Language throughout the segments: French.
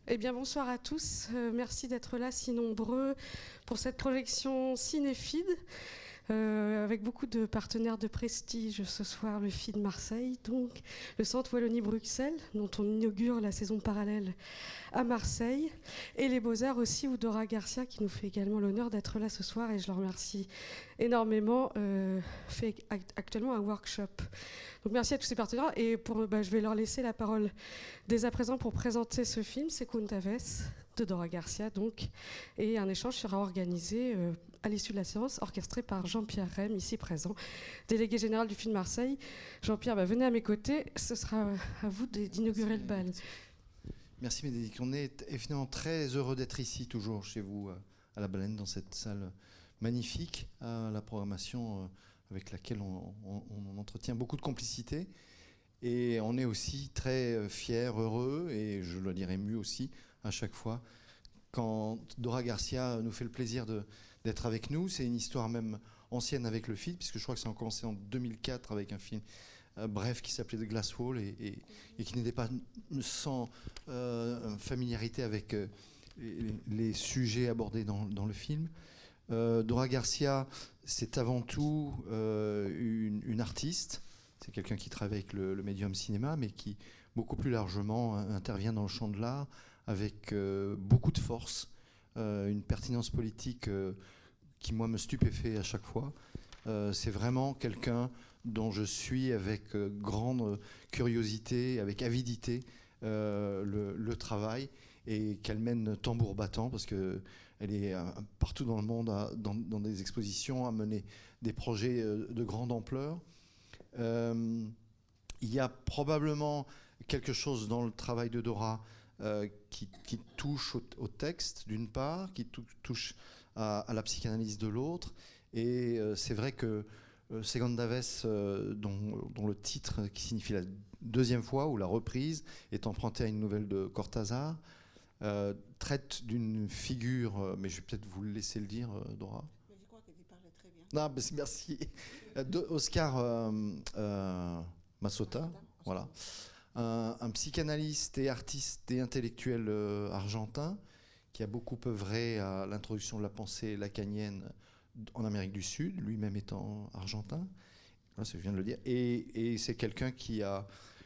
Eh bien, bonsoir à tous. Merci d'être là si nombreux pour cette projection cinéphile. Avec beaucoup de partenaires de prestige ce soir, le FID Marseille, donc le Centre Wallonie-Bruxelles, dont on inaugure la saison parallèle à Marseille, et les Beaux-Arts aussi, où Dora Garcia, qui nous fait également l'honneur d'être là ce soir, et je le remercie énormément, fait actuellement un workshop. Donc merci à tous ces partenaires, et je vais leur laisser la parole dès à présent pour présenter ce film, Secunda Vez, de Dora Garcia, donc, et un échange sera organisé à l'issue de la séance, orchestré par Jean-Pierre Rem, ici présent, délégué général du FID Marseille. Jean-Pierre, venez à mes côtés, ce sera à vous d'inaugurer le bal. Merci Médéric, on est évidemment très heureux d'être ici, toujours chez vous, à la Baleine, dans cette salle magnifique, à la programmation avec laquelle on entretient beaucoup de complicité. Et on est aussi très fiers, heureux, et je dois dire ému aussi, à chaque fois, quand Dora Garcia nous fait le plaisir d'être avec nous. C'est une histoire même ancienne avec le film, puisque je crois que ça a commencé en 2004 avec un film bref qui s'appelait The Glass Wall et qui n'était pas sans familiarité avec les sujets abordés dans le film. Dora Garcia, c'est avant tout une artiste. C'est quelqu'un qui travaille avec le médium cinéma, mais qui, beaucoup plus largement, intervient dans le champ de l'art avec beaucoup de force, une pertinence politique qui, moi, me stupéfait à chaque fois. C'est vraiment quelqu'un dont je suis avec grande curiosité, avec avidité, le travail, et qu'elle mène tambour battant, parce qu'elle est partout dans le monde, dans des expositions, à mener des projets de grande ampleur. Il y a probablement quelque chose dans le travail de Dora qui touche au texte d'une part, qui touche à la psychanalyse de l'autre, et c'est vrai que Segunda Vez, dont le titre qui signifie la deuxième fois ou la reprise, est emprunté à une nouvelle de Cortázar, traite d'une figure, mais je vais peut-être vous le laisser le dire, Dora. Mais je crois que tu parlais très bien. Non, mais merci. Oscar Massota, voilà. Un psychanalyste et artiste et intellectuel argentin qui a beaucoup œuvré à l'introduction de la pensée lacanienne en Amérique du Sud, lui-même étant argentin. Voilà, je viens de le dire. Et c'est quelqu'un qui a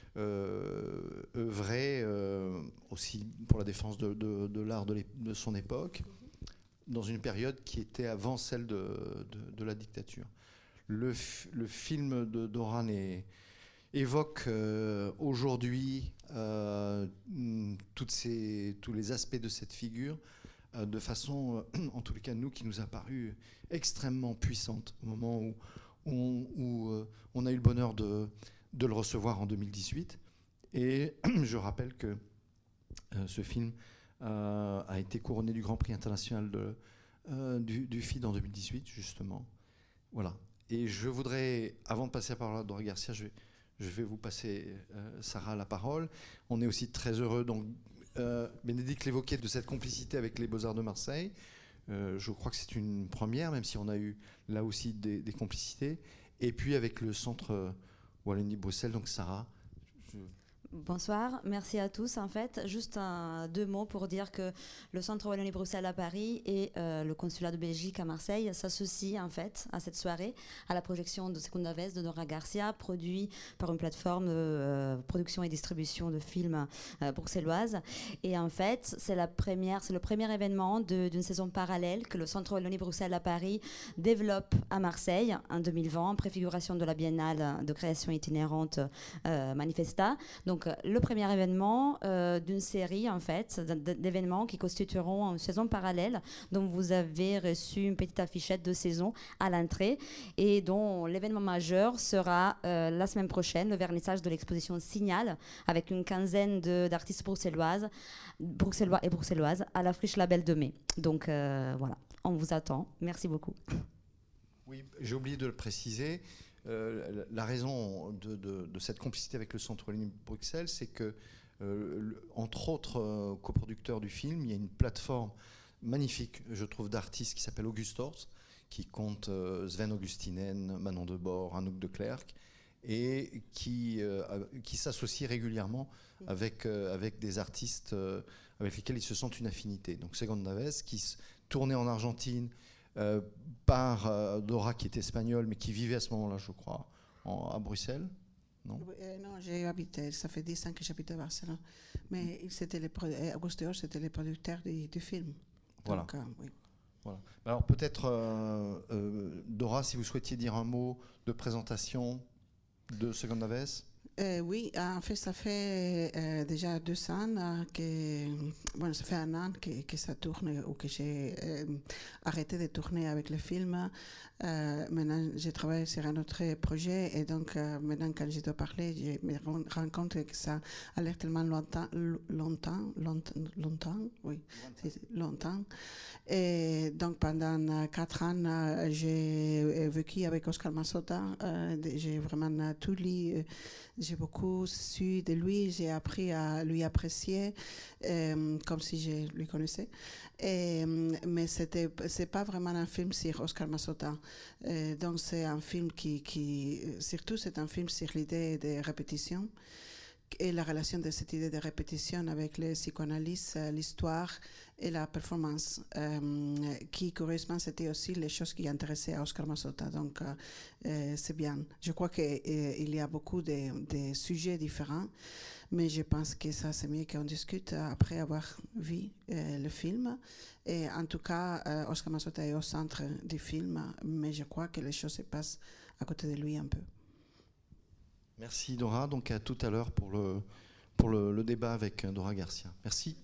œuvré aussi pour la défense de l'art de son époque, dans une période qui était avant celle de la dictature. Le film de Doran évoque aujourd'hui tous les aspects de cette figure de façon, en tous les cas, nous, qui nous a paru extrêmement puissante au moment où on a eu le bonheur de le recevoir en 2018. Et je rappelle que ce film a été couronné du Grand Prix international du FID en 2018, justement. Voilà. Et je voudrais, avant de passer la parole à Dora Garcia, je vais vous passer, Sarah, la parole. On est aussi très heureux, donc, Bénédicte l'évoquait, de cette complicité avec les Beaux-Arts de Marseille. Je crois que c'est une première, même si on a eu là aussi des complicités. Et puis avec le Centre Wallonie-Bruxelles, donc Sarah. Bonsoir, merci à tous. En fait, juste deux mots pour dire que le Centre Wallonie-Bruxelles à Paris et le Consulat de Belgique à Marseille s'associent en fait à cette soirée, à la projection de Secunda Vez de Dora Garcia, produit par une plateforme de production et distribution de films bruxelloise. Et en fait, c'est le premier événement d'une saison parallèle que le Centre Wallonie-Bruxelles à Paris développe à Marseille en 2020, en préfiguration de la Biennale de création itinérante Manifesta. Donc, le premier événement d'une série, en fait, d'événements qui constitueront une saison parallèle, dont vous avez reçu une petite affichette de saison à l'entrée, et dont l'événement majeur sera la semaine prochaine, le vernissage de l'exposition Signal, avec une quinzaine d'artistes bruxellois et bruxelloises à la Friche Label de mai. Donc, voilà, on vous attend. Merci beaucoup. Oui, j'ai oublié de le préciser. La raison de cette complicité avec le Centre Wallonie-Bruxelles, c'est que, entre autres coproducteurs du film, il y a une plateforme magnifique, je trouve, d'artistes qui s'appelle Augustors, qui compte Sven Augustinen, Manon Debord, Anouk de Clercq, et qui s'associe régulièrement avec des artistes avec lesquels ils se sentent une affinité. Donc Segón Navès, qui tournait en Argentine par Dora, qui est espagnole, mais qui vivait à ce moment-là, je crois, à Bruxelles. Non, non, j'ai habité, ça fait 10 ans que j'habite à Barcelone. Mais Auguste Hoche, c'était le producteur du film. Voilà. Donc, oui. Voilà. Alors peut-être, Dora, si vous souhaitiez dire un mot de présentation de Segón Navès. Oui, en fait, ça fait déjà 2 ans ça fait 1 an que ça tourne ou que j'ai arrêté de tourner avec le film. Maintenant, je travaille sur un autre projet et donc maintenant, quand je dois parler, je me rends compte que ça a l'air tellement longtemps, oui, c'est longtemps. Et donc, pendant 4 ans, j'ai vécu avec Oscar Masota. J'ai vraiment tout lu. J'ai beaucoup su de lui, j'ai appris à lui apprécier comme si je lui connaissais. Mais c'est pas vraiment un film sur Oscar Masota. Donc c'est un film surtout c'est un film sur l'idée de répétition et la relation de cette idée de répétition avec les psychanalyses, l'histoire et la performance, qui correspond, c'était aussi les choses qui intéressaient à Oscar Masota. Donc, c'est bien. Je crois qu'il y a beaucoup de sujets différents, mais je pense que ça, c'est mieux qu'on discute après avoir vu le film. Et en tout cas, Oscar Masota est au centre du film, mais je crois que les choses se passent à côté de lui un peu. Merci Dora, donc à tout à l'heure pour le débat avec Dora Garcia. Merci.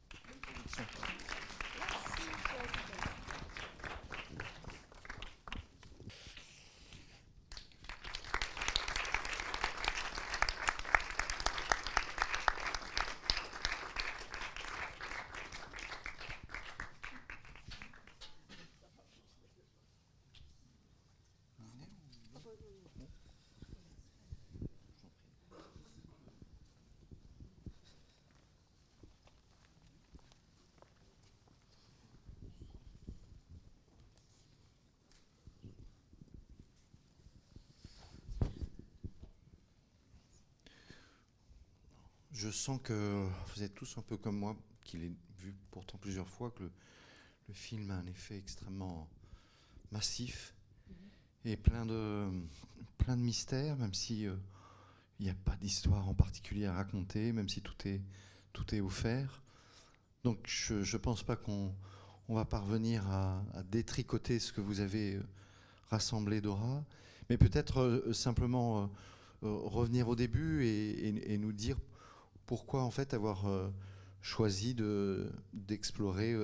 Je sens que vous êtes tous un peu comme moi, qui l'ai vu pourtant plusieurs fois, que le film a un effet extrêmement massif et plein de mystères, même si il n'y a pas d'histoire en particulier à raconter, même si tout est offert. Donc je ne pense pas qu'on va parvenir à détricoter ce que vous avez rassemblé, Dora, mais peut-être simplement revenir au début et nous dire pourquoi en fait avoir choisi d'explorer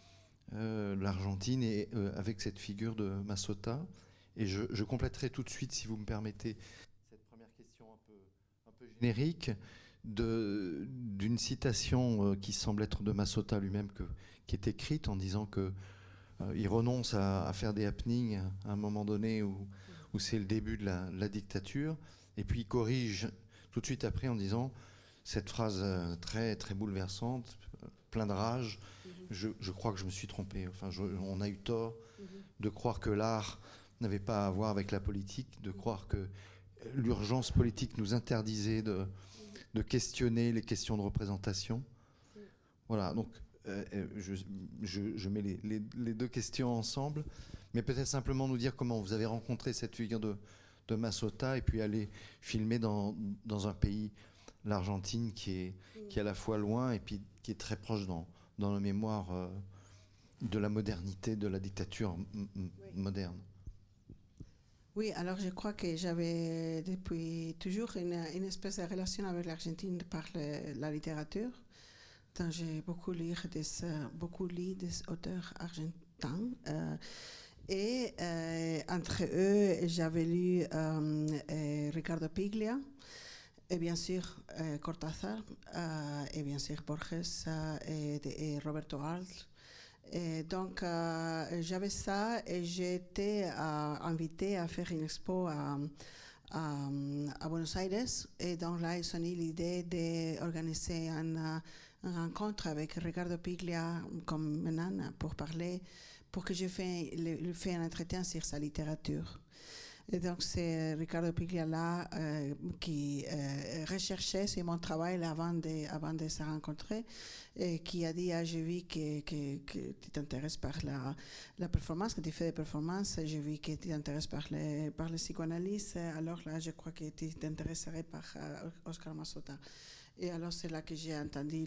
l'Argentine et avec cette figure de Masota. Et je compléterai tout de suite, si vous me permettez, cette première question un peu générique d'une citation qui semble être de Masota lui-même, qui est écrite en disant que il renonce à faire des happenings à un moment donné où c'est le début de la dictature, et puis il corrige tout de suite après en disant cette phrase très, très bouleversante, plein de rage, je crois que je me suis trompé, enfin, on a eu tort de croire que l'art n'avait pas à voir avec la politique, de croire que l'urgence politique nous interdisait de questionner les questions de représentation. Voilà, donc je mets les deux questions ensemble, mais peut-être simplement nous dire comment vous avez rencontré cette figure de Masota et puis aller filmer dans un pays, l'Argentine, qui est à la fois loin et puis qui est très proche dans la mémoire de la modernité, de la dictature moderne. Oui, alors je crois que j'avais depuis toujours une espèce de relation avec l'Argentine par la littérature. Donc j'ai beaucoup lu des auteurs argentins. Et entre eux, j'avais lu Ricardo Piglia, et bien sûr Cortázar, et bien sûr Borges et Roberto Arlt. Et donc j'avais ça et j'ai été invitée à faire une expo à Buenos Aires. Et donc là, ils ont eu l'idée d'organiser une rencontre avec Ricardo Piglia comme maintenant pour que je fasse un entretien sur sa littérature. Et donc, c'est Ricardo Pigliala qui recherchait sur mon travail avant de se rencontrer et qui a dit, j'ai vu que tu t'intéresses par la performance, que tu fais des performances, j'ai vu que tu t'intéresses par le psychanalyse, alors là, je crois que tu t'intéresserais par Oscar Massota. Et alors, c'est là que j'ai entendu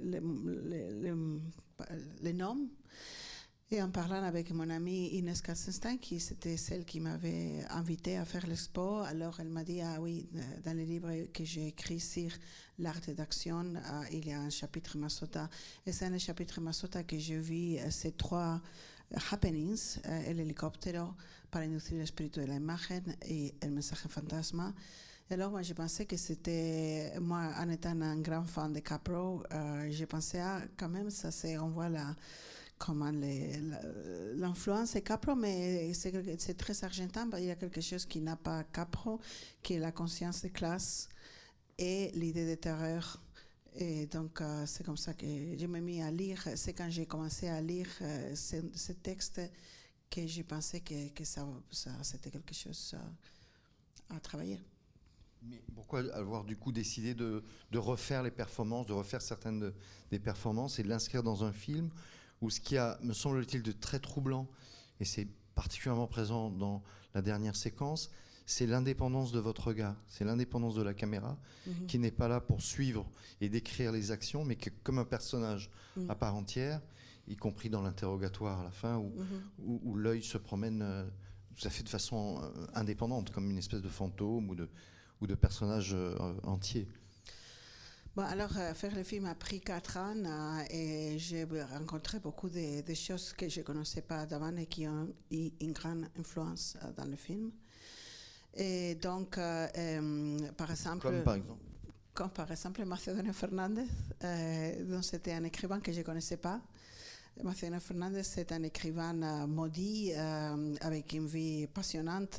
les noms. Et en parlant avec mon amie Inès Katzenstein, qui c'était celle qui m'avait invité à faire l'expo, alors elle m'a dit, ah oui, dans le livre que j'ai écrit sur l'art d'action, il y a un chapitre Massota. Et c'est un chapitre Massota que j'ai vu ces 3 happenings, el helicóptero para inducir el espíritu de la imagen et el mensaje fantasma. Et alors, moi, je pensais que c'était, moi, en étant un grand fan de Capro, je pensais, quand même, ça, on voit comment l'influence est Capro, mais c'est très argentin. Il y a quelque chose qui n'a pas Capro, qui est la conscience de classe et l'idée de terreur. Et donc, c'est comme ça que je me mis à lire. C'est quand j'ai commencé à lire ce texte que j'ai pensé que ça c'était quelque chose à travailler. Mais pourquoi avoir du coup décidé de refaire les performances, de refaire certaines des performances et de l'inscrire dans un film où ce qui a, me semble-t-il, de très troublant, et c'est particulièrement présent dans la dernière séquence, c'est l'indépendance de votre regard, c'est l'indépendance de la caméra qui n'est pas là pour suivre et décrire les actions, mais que, comme un personnage à part entière, y compris dans l'interrogatoire à la fin, où l'œil se promène tout à fait de façon indépendante, comme une espèce de fantôme ou de personnage entier. Bon, alors, faire le film a pris 4 ans et j'ai rencontré beaucoup de choses que je ne connaissais pas d'avant et qui ont eu une grande influence dans le film. Et donc, par exemple... Comme par exemple Macedonio Fernandez, dont c'était un écrivain que je ne connaissais pas. Macedonio Fernandez, c'est un écrivain maudit, avec une vie passionnante,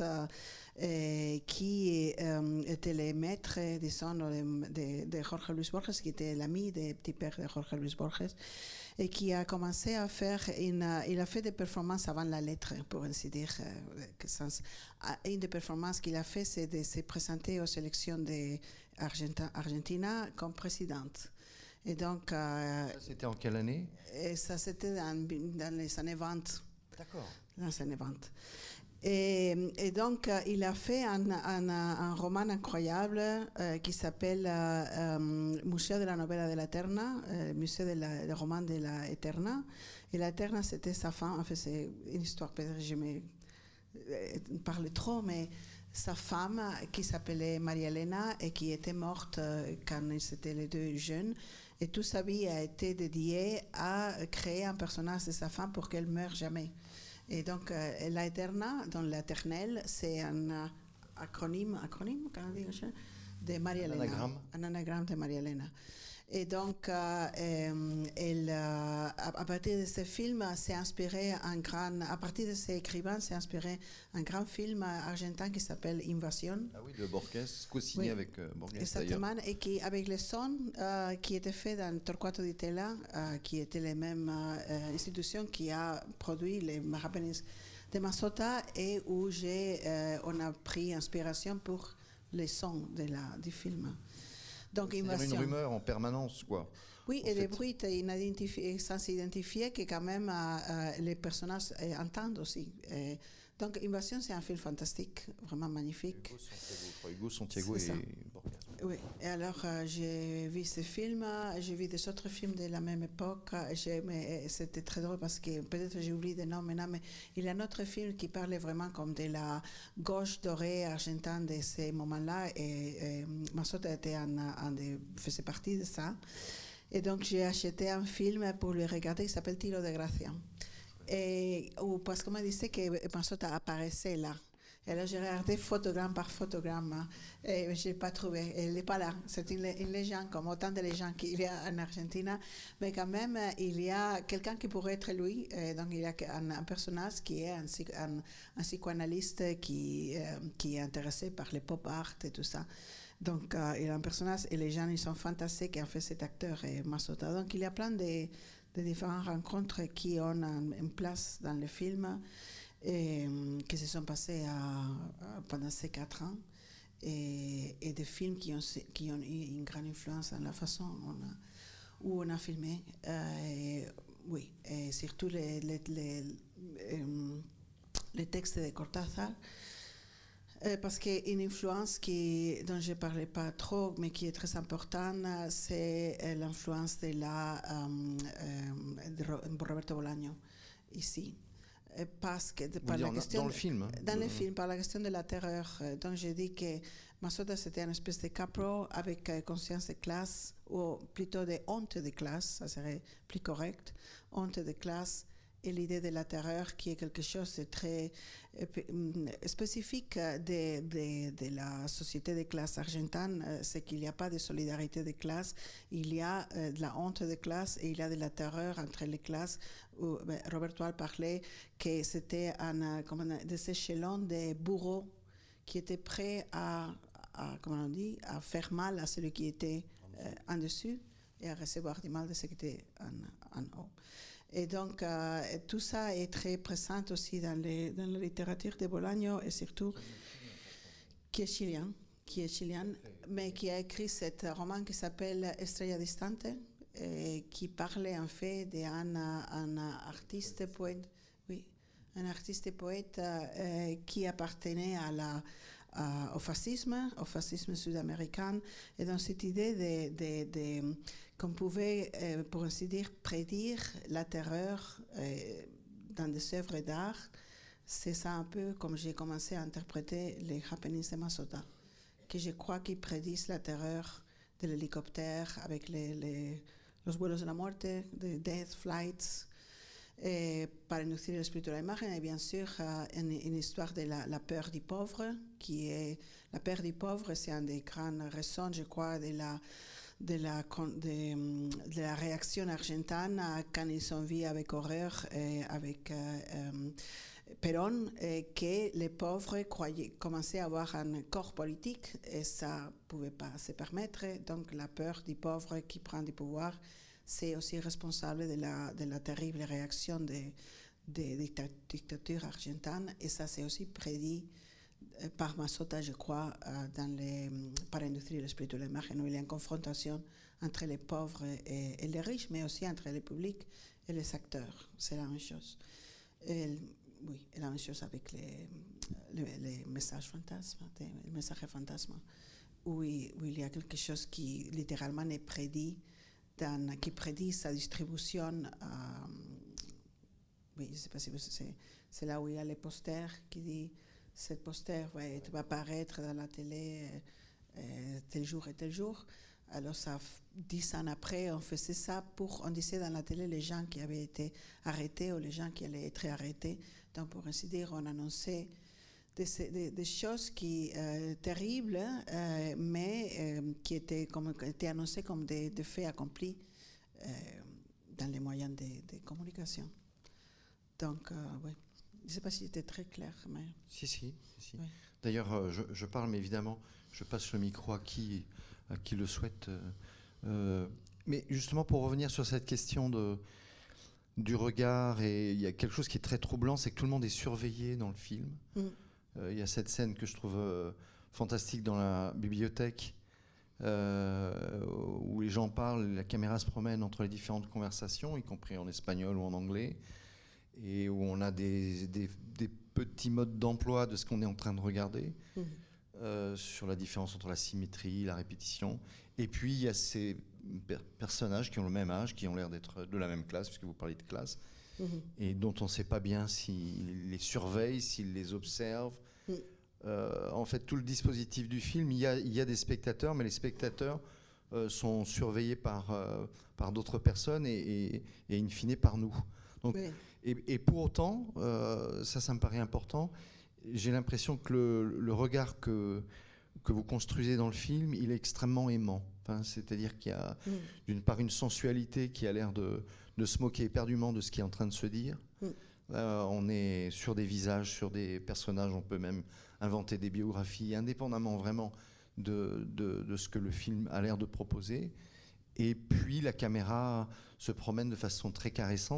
qui était le maître, disons, de Jorge Luis Borges, qui était l'ami des petits pères de Jorge Luis Borges, et qui a commencé à faire, il a fait des performances avant la lettre, pour ainsi dire. Une des performances qu'il a fait, c'est de se présenter aux élections d'Argentina comme présidente. Et donc, ça, c'était en quelle année? Et ça, c'était dans les années 20. D'accord. Dans les années 20. Et donc, il a fait un roman incroyable qui s'appelle Museo de la Novela de la Eterna, Musée du roman de la Eterna. Et la Eterna, c'était sa femme. En fait, c'est une histoire, peut-être je me parle trop, mais sa femme qui s'appelait Maria Elena et qui était morte quand ils étaient les deux jeunes. Et toute sa vie a été dédiée à créer un personnage de sa femme pour qu'elle ne meure jamais. Et donc, la Eterna, dans l'éternel, c'est un acronyme de Maria Elena. Un anagramme de Maria Elena. Et donc, à partir de ce film, s'est inspiré à partir de ces écrivains, s'est inspiré un grand film argentin qui s'appelle Invasion. Ah oui, de Borges, co-signé avec Borges. Exactement, et qui, avec les sons qui étaient faits dans Torquato di Tella, qui était les mêmes institutions qui a produit les happenings de Massota, et où on a pris inspiration pour les sons du film. Donc, il y a une rumeur en permanence, quoi. Oui, et des bruits sans identifier que quand même les personnages entendent aussi. Donc, Invasion, c'est un film fantastique, vraiment magnifique. Hugo Santiago et Borges. Oui, et alors j'ai vu ce film, j'ai vu des autres films de la même époque. C'était très drôle parce que peut-être j'ai oublié des noms maintenant, mais il y a un autre film qui parlait vraiment comme de la gauche dorée argentine de ces moments-là, et Massota faisait partie de ça. Et donc j'ai acheté un film pour le regarder qui s'appelle Tiro de Gracia. Parce qu'on me disait que Massota apparaissait là. Et là, j'ai regardé photogramme par photogramme et je n'ai pas trouvé. Elle n'est pas là. C'est une légende, comme autant de légendes qu'il y a en Argentine. Mais quand même, il y a quelqu'un qui pourrait être lui. Donc, il y a un personnage qui est un psychanalyste qui est intéressé par le pop art et tout ça. Donc, il y a un personnage et les gens, ils sont fantasés qu'en fait cet acteur est Massota. Donc, il y a plein de différentes rencontres qui ont une place dans le film. qui se sont passés pendant ces 4 ans, et des films qui ont eu une grande influence dans la façon où on a filmé. Oui, et surtout les textes de Cortázar. Parce qu'une influence dont je ne parlais pas trop, mais qui est très importante, c'est l'influence de Roberto Bolaño, ici. Parce que par la question dans le film. Dans le film, par la question de la terreur. Donc j'ai dit que Masota c'était une espèce de capro avec conscience de classe, ou plutôt de honte de classe, ça serait plus correct, honte de classe, et l'idée de la terreur qui est quelque chose de très spécifique de la société de classe argentine, c'est qu'il n'y a pas de solidarité de classe, il y a de la honte de classe et il y a de la terreur entre les classes. Roberto parlait que c'était des échelons de bourreaux qui étaient prêts à faire mal à celui qui était en dessus et à recevoir du mal de ce qui était en haut. Et donc, tout ça est très présent aussi dans la littérature de Bolaño, et surtout, qui est chilien, mais qui a écrit ce roman qui s'appelle Estrella Distante, qui parlait en fait d'un artiste poète, qui appartenait au fascisme sud-américain, et dans cette idée qu'on pouvait, pour ainsi dire, prédire la terreur dans des œuvres d'art. C'est ça un peu comme j'ai commencé à interpréter les happenings de Masota, que je crois qu'ils prédisent la terreur de l'hélicoptère avec los vuelos de la muerte, de death flights, para inducir el espíritu de la imagen, et bien sûr une histoire de la peur du pauvre, qui est la peur du pauvre, c'est une des grandes raisons, je crois, de la réaction argentine quand ils ont vu avec horreur avec Perón, que les pauvres commençaient à avoir un corps politique et ça ne pouvait pas se permettre. Donc la peur du pauvre qui prend du pouvoir, c'est aussi responsable de la terrible réaction des dictatures argentines, et ça c'est aussi prédit par Masota, je crois, par l'industrie de l'esprit de l'image, où il y a une confrontation entre les pauvres et les riches, mais aussi entre le public et les acteurs. C'est la même chose. Oui, la même chose avec les messages fantasmes, les messages fantasmes, où il y a quelque chose qui littéralement est prédit, qui prédit sa distribution. Oui, je ne sais pas si c'est là où il y a les posters qui disent ce poster va apparaître dans la télé tel jour et tel jour. Alors, 10 ans après, on faisait ça on disait dans la télé les gens qui avaient été arrêtés ou les gens qui allaient être arrêtés. Donc, pour ainsi dire, on annonçait des choses terribles, mais qui étaient annoncées comme des faits accomplis dans les moyens de communication. Donc, oui. Je ne sais pas si c'était très clair. Mais... Si. Oui. D'ailleurs, je parle, mais évidemment, je passe le micro à qui le souhaite. Mais justement, pour revenir sur cette question du regard, et il y a quelque chose qui est très troublant, c'est que tout le monde est surveillé dans le film. Il y a cette scène que je trouve fantastique dans la bibliothèque, où les gens parlent, la caméra se promène entre les différentes conversations, y compris en espagnol ou en anglais, et où on a des petits modes d'emploi de ce qu'on est en train de regarder, sur la différence entre la symétrie, la répétition. Et puis il y a ces personnages qui ont le même âge, qui ont l'air d'être de la même classe, puisque vous parlez de classe, et dont on ne sait pas bien s'ils les surveillent, s'ils les observent. En fait, tout le dispositif du film, il y a des spectateurs, mais les spectateurs sont surveillés par d'autres personnes et in fine par nous. Donc, oui. Et pour autant, ça me paraît important, j'ai l'impression que le regard que vous construisez dans le film, il est extrêmement aimant. Enfin, c'est-à-dire qu'il y a d'une part une sensualité qui a l'air de se moquer éperdument de ce qui est en train de se dire. On est sur des visages, sur des personnages, on peut même inventer des biographies, indépendamment vraiment de ce que le film a l'air de proposer. Et puis la caméra se promène de façon très caressante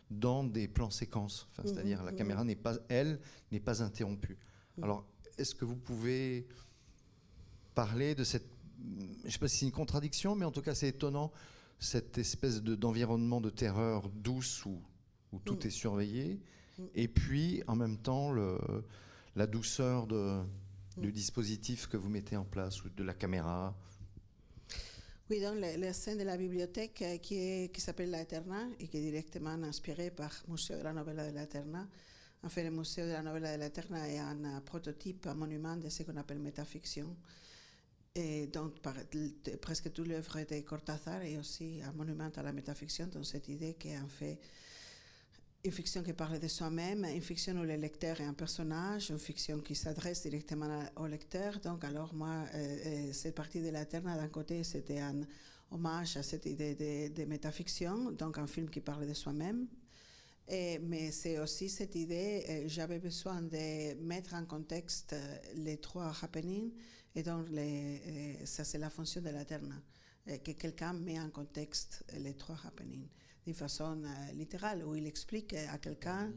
dans des plans séquences. Enfin, c'est-à-dire la caméra n'est pas interrompue. Alors, est-ce que vous pouvez parler de cette... Je ne sais pas si c'est une contradiction, mais en tout cas, c'est étonnant, cette espèce d'environnement de terreur douce où tout est surveillé, et puis, en même temps, la douceur du dispositif que vous mettez en place, ou de la caméra. Oui, donc la scène de la bibliothèque qui s'appelle La Eterna et qui est directement inspirée par le Museo de la Novela de la Eterna. En fait, le Museo de la Novela de la Eterna est un prototype, un monument de ce qu'on appelle métafiction. Et donc, presque toute l'œuvre de Cortázar est aussi un monument à la métafiction, donc cette idée qu'est en fait une fiction qui parle de soi-même, une fiction où le lecteur est un personnage, une fiction qui s'adresse directement au lecteur. Donc, alors moi, cette partie de La Eterna, d'un côté, c'était un hommage à cette idée de métafiction, donc un film qui parle de soi-même. Mais c'est aussi cette idée, j'avais besoin de mettre en contexte les trois happenings, et donc ça c'est la fonction de l'Eterna, que quelqu'un met en contexte les trois happenings d'une façon littérale, où il explique à quelqu'un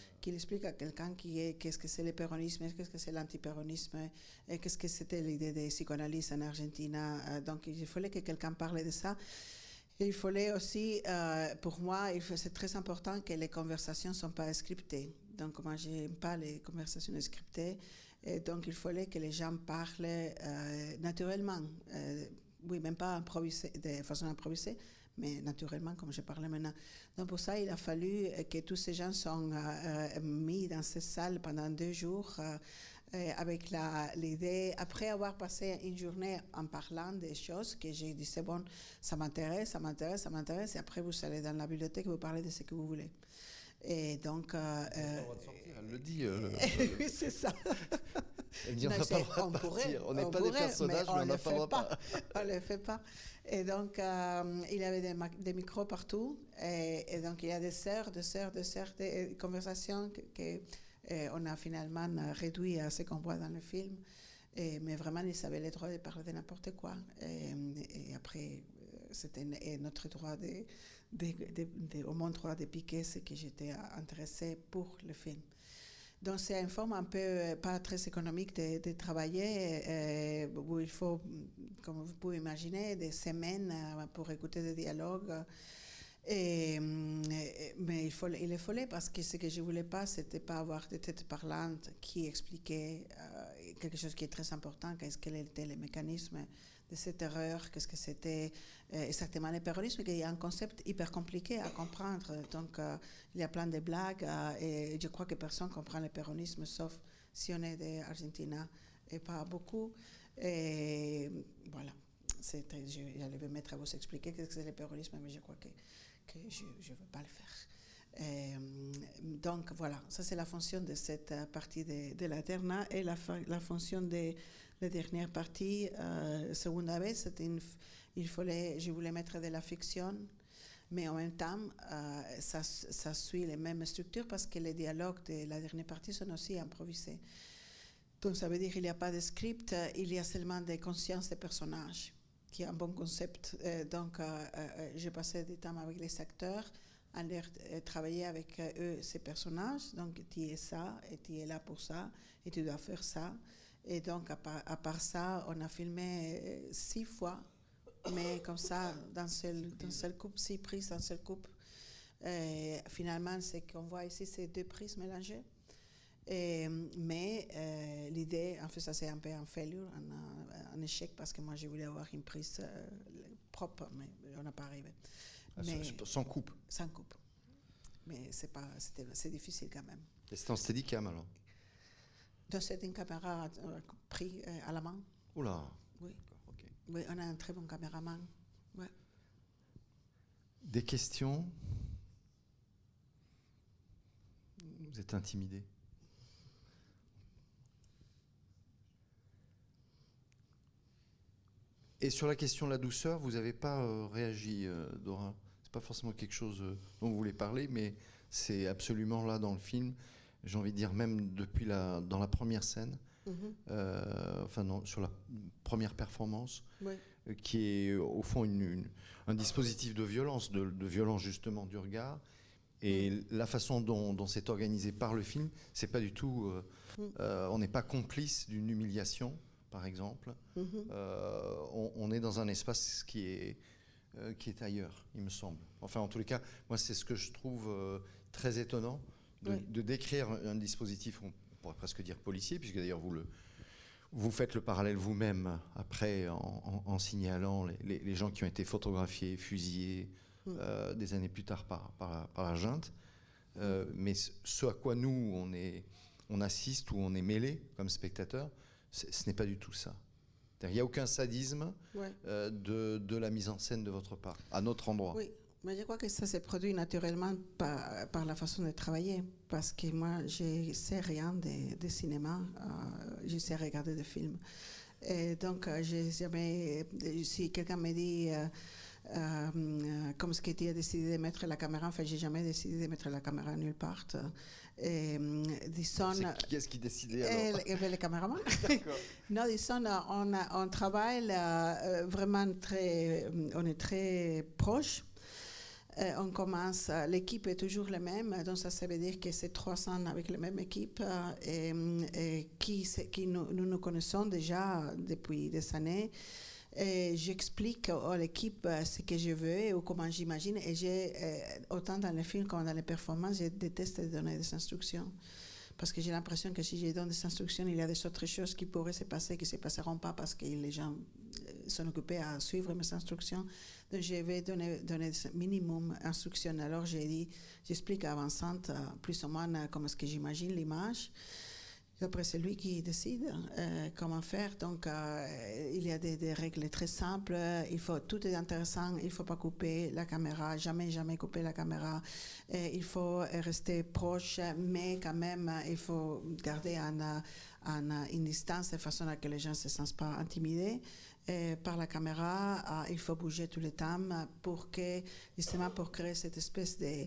qu'est-ce que c'est le péronisme, qu'est-ce que c'est l'antipéronisme, et qu'est-ce que c'était l'idée de psychanalyse en Argentine. Donc il fallait que quelqu'un parle de ça. Et il fallait aussi, pour moi, c'est très important que les conversations ne soient pas scriptées. Donc moi, je n'aime pas les conversations scriptées. Et donc il fallait que les gens parlent naturellement. Oui, même pas de façon improvisée, mais naturellement, comme je parlais maintenant. Donc pour ça, il a fallu que tous ces gens soient mis dans cette salle pendant 2 jours, avec l'idée, après avoir passé une journée en parlant des choses, que j'ai dit, c'est bon, ça m'intéresse, et après vous allez dans la bibliothèque, vous parlez de ce que vous voulez. Et donc... elle le dit. Oui, c'est ça. Elle dit, on n'a pas le droit de partir. On n'est pas des personnages, mais on n'a pas le droit de partir. On ne le fait pas. Et donc, il y avait des micros partout. Et donc, il y a des heures de conversations qu'on a finalement réduit à ce qu'on voit dans le film. Mais vraiment, ils avaient le droit de parler de n'importe quoi. Et après, c'était notre droit au moins droit de piquer ce que j'étais intéressée pour le film. Donc c'est une forme un peu pas très économique de travailler, où il faut, comme vous pouvez imaginer, des semaines pour écouter des dialogues. Mais il fallait parce que ce que je voulais pas, c'était pas avoir de tête parlante qui expliquait quelque chose qui est très important, quel était le mécanisme de cette erreur, qu'est-ce que c'était exactement le péronisme, qui est un concept hyper compliqué à comprendre. Donc, il y a plein de blagues et je crois que personne ne comprend le péronisme, sauf si on est d'Argentine et pas beaucoup. Et voilà, j'allais me mettre à vous expliquer ce que c'est le péronisme, mais je crois que je ne veux pas le faire. Donc voilà, ça c'est la fonction de cette partie de l'Eterna, et la fonction de la dernière partie, seconda vez, je voulais mettre de la fiction, mais en même temps, ça suit les mêmes structures parce que les dialogues de la dernière partie sont aussi improvisés. Donc ça veut dire qu'il n'y a pas de script, il y a seulement des consciences des personnages, qui est un bon concept. Donc j'ai passé du temps avec les acteurs, à travailler avec eux, ces personnages. Donc tu es ça, et tu es là pour ça, et tu dois faire ça. Et donc à part ça, on a filmé 6 fois, mais comme ça, d'un seul coupe, 6 prises d'un seul coupe. Finalement, ce qu'on voit ici, c'est 2 prises mélangées. Mais l'idée, en fait, ça c'est un peu un failure, un échec, parce que moi je voulais avoir une prise propre, mais on n'a pas arrivé. Sans coupe. Sans coupe. Mais c'est difficile quand même. Et c'est en steadicam alors? Donc c'est une caméra prise à la main. Oula. Oui. Okay. Oui, on a un très bon caméraman. Ouais. Des questions? Vous êtes intimidé? Et sur la question de la douceur, vous n'avez pas réagi, Dora. C'est pas forcément quelque chose dont vous voulez parler, mais c'est absolument là dans le film. J'ai envie de dire même dans la première scène, sur la première performance, oui. Qui est au fond un dispositif de violence, de violence justement du regard. Et la façon dont c'est organisé par le film, c'est pas du tout... on n'est pas complice d'une humiliation, par exemple. On est dans un espace qui est ailleurs, il me semble. Enfin, en tous les cas, moi, c'est ce que je trouve très étonnant, de décrire un dispositif, on pourrait presque dire policier, puisque d'ailleurs vous faites le parallèle vous-même après en signalant les gens qui ont été photographiés, fusillés des années plus tard par la junte. Mais ce à quoi nous, on assiste ou on est mêlé comme spectateur, ce n'est pas du tout ça. Il n'y a aucun sadisme de la mise en scène de votre part, à notre endroit. Oui, mais je crois que ça s'est produit naturellement par la façon de travailler, parce que moi, je ne sais rien de cinéma, je sais regarder des films. Et donc, si quelqu'un me dit, comme ce que tu as décidé de mettre la caméra, enfin, je n'ai jamais décidé de mettre la caméra nulle part. Disons, qui est-ce qui décidait alors? Les caméramans. Non, disons, on travaille vraiment on est très proches. On commence, l'équipe est toujours la même, donc ça veut dire que c'est 300 avec la même équipe qui nous connaissons déjà depuis des années. Et j'explique à l'équipe ce que je veux ou comment j'imagine. Et autant dans les films comme dans les performances, je déteste donner des instructions. Parce que j'ai l'impression que si je donne des instructions, il y a des autres choses qui pourraient se passer, qui ne se passeront pas parce que les gens sont occupés à suivre mes instructions. Donc je vais donner minimum d'instructions. Alors j'explique à Vincent plus ou moins comment est-ce que j'imagine l'image. Après, c'est lui qui décide comment faire. Donc, il y a des règles très simples. Tout est intéressant. Il ne faut pas couper la caméra. Jamais couper la caméra. Il faut rester proche, mais quand même, il faut garder une distance de façon à que les gens ne se sentent pas intimidés. Par la caméra, il faut bouger tout le temps justement pour créer cette espèce de...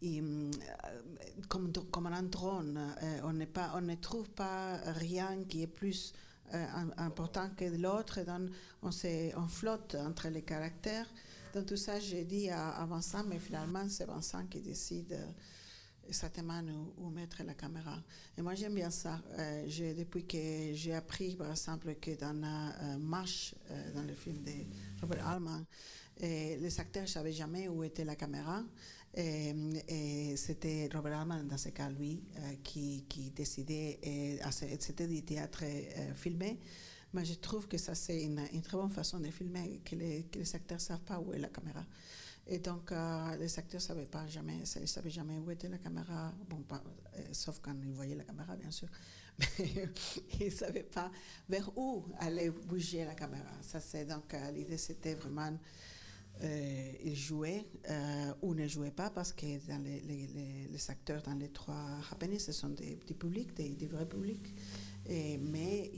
comme un drone, on ne trouve pas rien qui est plus important que l'autre, donc on flotte entre les caractères. Donc tout ça, j'ai dit à Vincent, mais finalement c'est Vincent qui décide exactement où mettre la caméra. Et moi j'aime bien ça. Depuis que j'ai appris, par exemple, que dans Marche, dans le film de Robert Altman, les acteurs ne savaient jamais où était la caméra. Et c'était Robert Altman, dans ce cas, lui, qui décidait, c'était du théâtre filmé. Mais je trouve que ça, c'est une très bonne façon de filmer, que les acteurs ne savent pas où est la caméra. Et donc, les acteurs ne savaient jamais où était la caméra, bon, sauf quand ils voyaient la caméra, bien sûr. Mais ils ne savaient pas vers où allait bouger la caméra. Donc, l'idée, c'était vraiment... ils jouaient ou ne jouaient pas parce que dans les acteurs dans les trois happenings, ce sont des publics, des vrais publics. Mais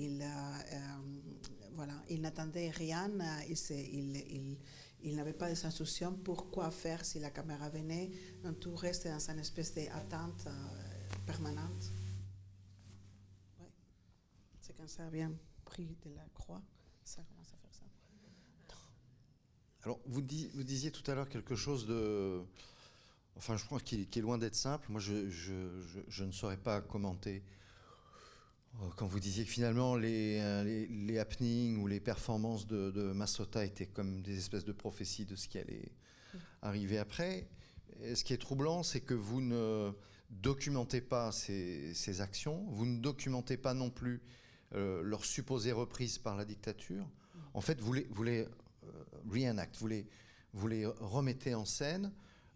ils n'attendaient rien, ils n'avaient pas de instructions pour quoi faire si la caméra venait. Donc tout reste dans une espèce d'attente permanente. Ouais. C'est quand ça a bien pris de la croix, ça commence à faire ça. Alors, vous disiez tout à l'heure quelque chose de... Enfin, je pense qui est loin d'être simple. Moi, je ne saurais pas commenter. Quand vous disiez que finalement, les happenings ou les performances de Massota étaient comme des espèces de prophéties de ce qui allait arriver après. Et ce qui est troublant, c'est que vous ne documentez pas ces actions. Vous ne documentez pas non plus leur supposée reprise par la dictature. En fait, vous les reenact, vous les remettez en scène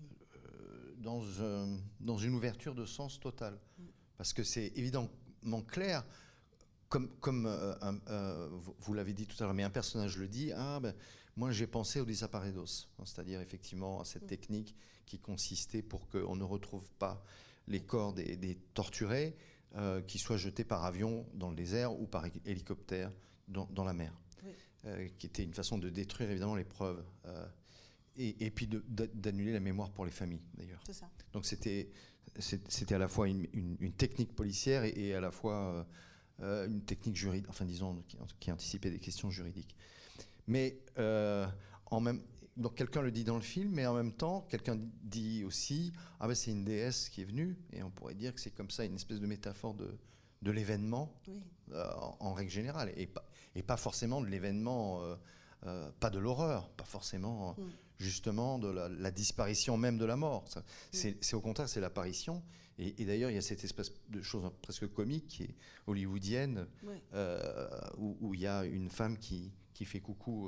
dans une ouverture de sens totale. Parce que c'est évidemment clair, comme vous l'avez dit tout à l'heure, mais un personnage le dit, moi j'ai pensé au desaparecidos, c'est-à-dire effectivement à cette technique qui consistait pour qu'on ne retrouve pas les corps des torturés qui soient jetés par avion dans le désert ou par hélicoptère dans la mer. Qui était une façon de détruire évidemment les preuves et puis d'annuler la mémoire pour les familles d'ailleurs. C'est ça. Donc c'était à la fois une technique policière et à la fois une technique juridique, enfin disons qui anticipait des questions juridiques. Mais donc quelqu'un le dit dans le film, mais en même temps, quelqu'un dit aussi « Ah ben c'est une déesse qui est venue », et on pourrait dire que c'est comme ça une espèce de métaphore de l'événement, Oui. en règle générale, et pas forcément de l'événement, pas de l'horreur, pas forcément justement de la disparition même de la mort. C'est au contraire, c'est l'apparition. Et d'ailleurs, il y a cette espèce de chose presque comique qui est hollywoodienne, où il y a une femme qui fait coucou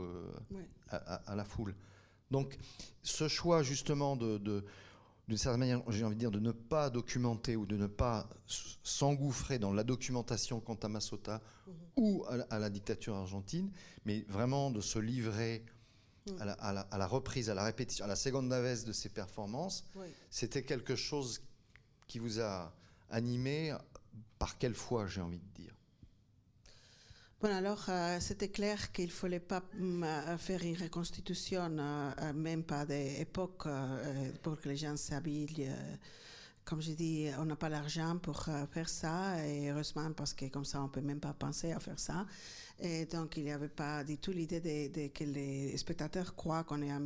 à la foule. Donc, ce choix justement d'une certaine manière, j'ai envie de dire, de ne pas documenter ou de ne pas s'engouffrer dans la documentation quant à Massota ou à la dictature argentine, mais vraiment de se livrer à la reprise, à la répétition, à la segunda vez de ses performances. C'était quelque chose qui vous a animé par quelle foi, j'ai envie de dire? Bon, alors, c'était clair qu'il ne fallait pas faire une reconstitution, même pas d'époque, pour que les gens s'habillent. Comme je dis, on n'a pas l'argent pour faire ça, et heureusement, parce que comme ça, on ne peut même pas penser à faire ça. Et donc, il n'y avait pas du tout l'idée que les spectateurs croient qu'on est en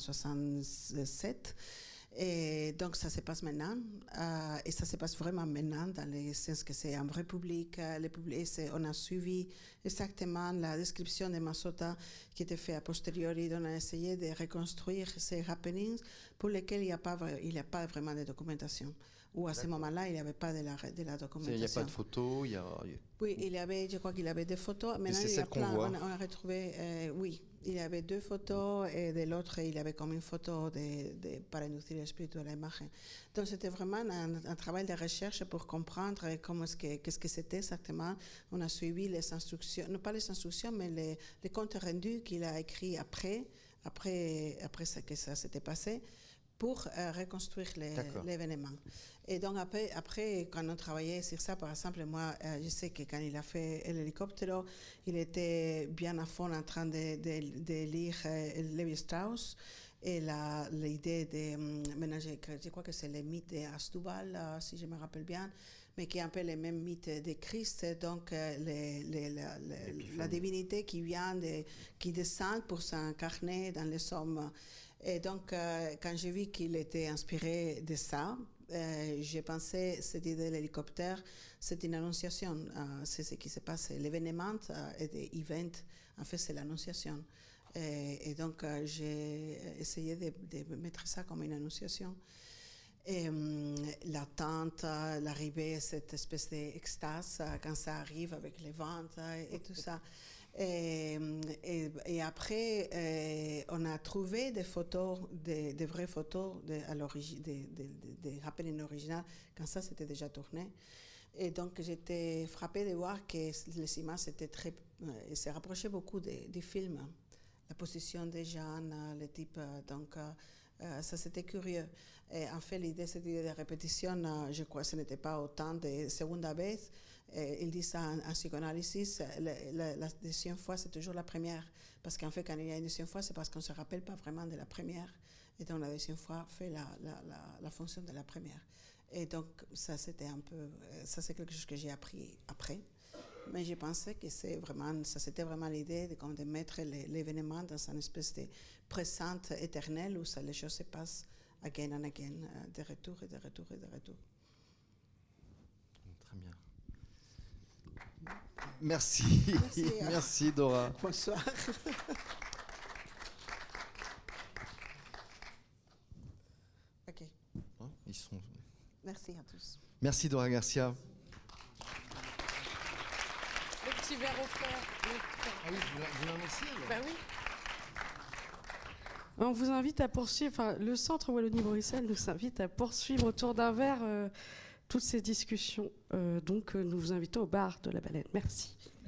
1967. Et donc, ça se passe maintenant, et ça se passe vraiment maintenant, dans le sens que c'est un vrai public. On a suivi exactement la description de Massota qui était faite a posteriori. On a essayé de reconstruire ces happenings pour lesquels il n'y a pas vraiment de documentation. Ou à ce moment-là, il n'y avait pas de la documentation. Il n'y a pas de photos, Oui, je crois qu'il y avait des photos. Maintenant, il y a plein. On a retrouvé, oui. Il y avait 2 photos et de l'autre, il y avait comme une photo para inducir el espíritu de la imagen. Donc, c'était vraiment un travail de recherche pour comprendre qu'est-ce que c'était exactement. On a suivi les instructions, non pas les instructions, mais les comptes rendus qu'il a écrits après ça, que ça s'était passé, pour reconstruire l'événement. Et donc après, quand on travaillait sur ça, par exemple, moi, je sais que quand il a fait l'hélicoptère, il était bien à fond en train de lire Lévi-Strauss et l'idée de ménager, je crois que c'est le mythe d'Asdrubal, si je me rappelle bien, mais qui est un peu le même mythe de Christ, donc la divinité qui descend pour s'incarner dans les hommes. Et donc, quand j'ai vu qu'il était inspiré de ça, j'ai pensé, cette idée de l'hélicoptère, c'est une annonciation. C'est ce qui se passe. L'événement et l'event, en fait, c'est l'annonciation. Et donc, j'ai essayé de mettre ça comme une annonciation. Et l'attente, l'arrivée, cette espèce d'extase, quand ça arrive avec les ventes et tout ça. Et après, on a trouvé des photos, des vraies photos des happenings originales, quand ça c'était déjà tourné. Et donc j'étais frappée de voir que les images se rapprochaient beaucoup du film. La position des gens, le type, donc ça c'était curieux. Et en fait, l'idée, cette idée de répétition, je crois que ce n'était pas autant de segunda vez. Il dit ça en psychanalyse, la deuxième fois, c'est toujours la première. Parce qu'en fait, quand il y a une deuxième fois, c'est parce qu'on ne se rappelle pas vraiment de la première. Et donc, la deuxième fois fait la fonction de la première. Et donc, ça, c'était ça, c'est quelque chose que j'ai appris après. Mais je pensais que c'était vraiment l'idée de mettre l'événement dans une espèce de présente éternelle où les choses se passent again and again, de retour et de retour et de retour. Très bien. Merci. Merci Dora. Bonsoir. Ok. Merci à tous. Merci Dora Garcia. Le petit verre offert. Ah oui, vous l'annoncez alors? Ben oui. On vous invite à poursuivre, le Centre Wallonie-Bruxelles nous invite à poursuivre autour d'un verre toutes ces discussions. Donc nous vous invitons au bar de la Baleine. Merci.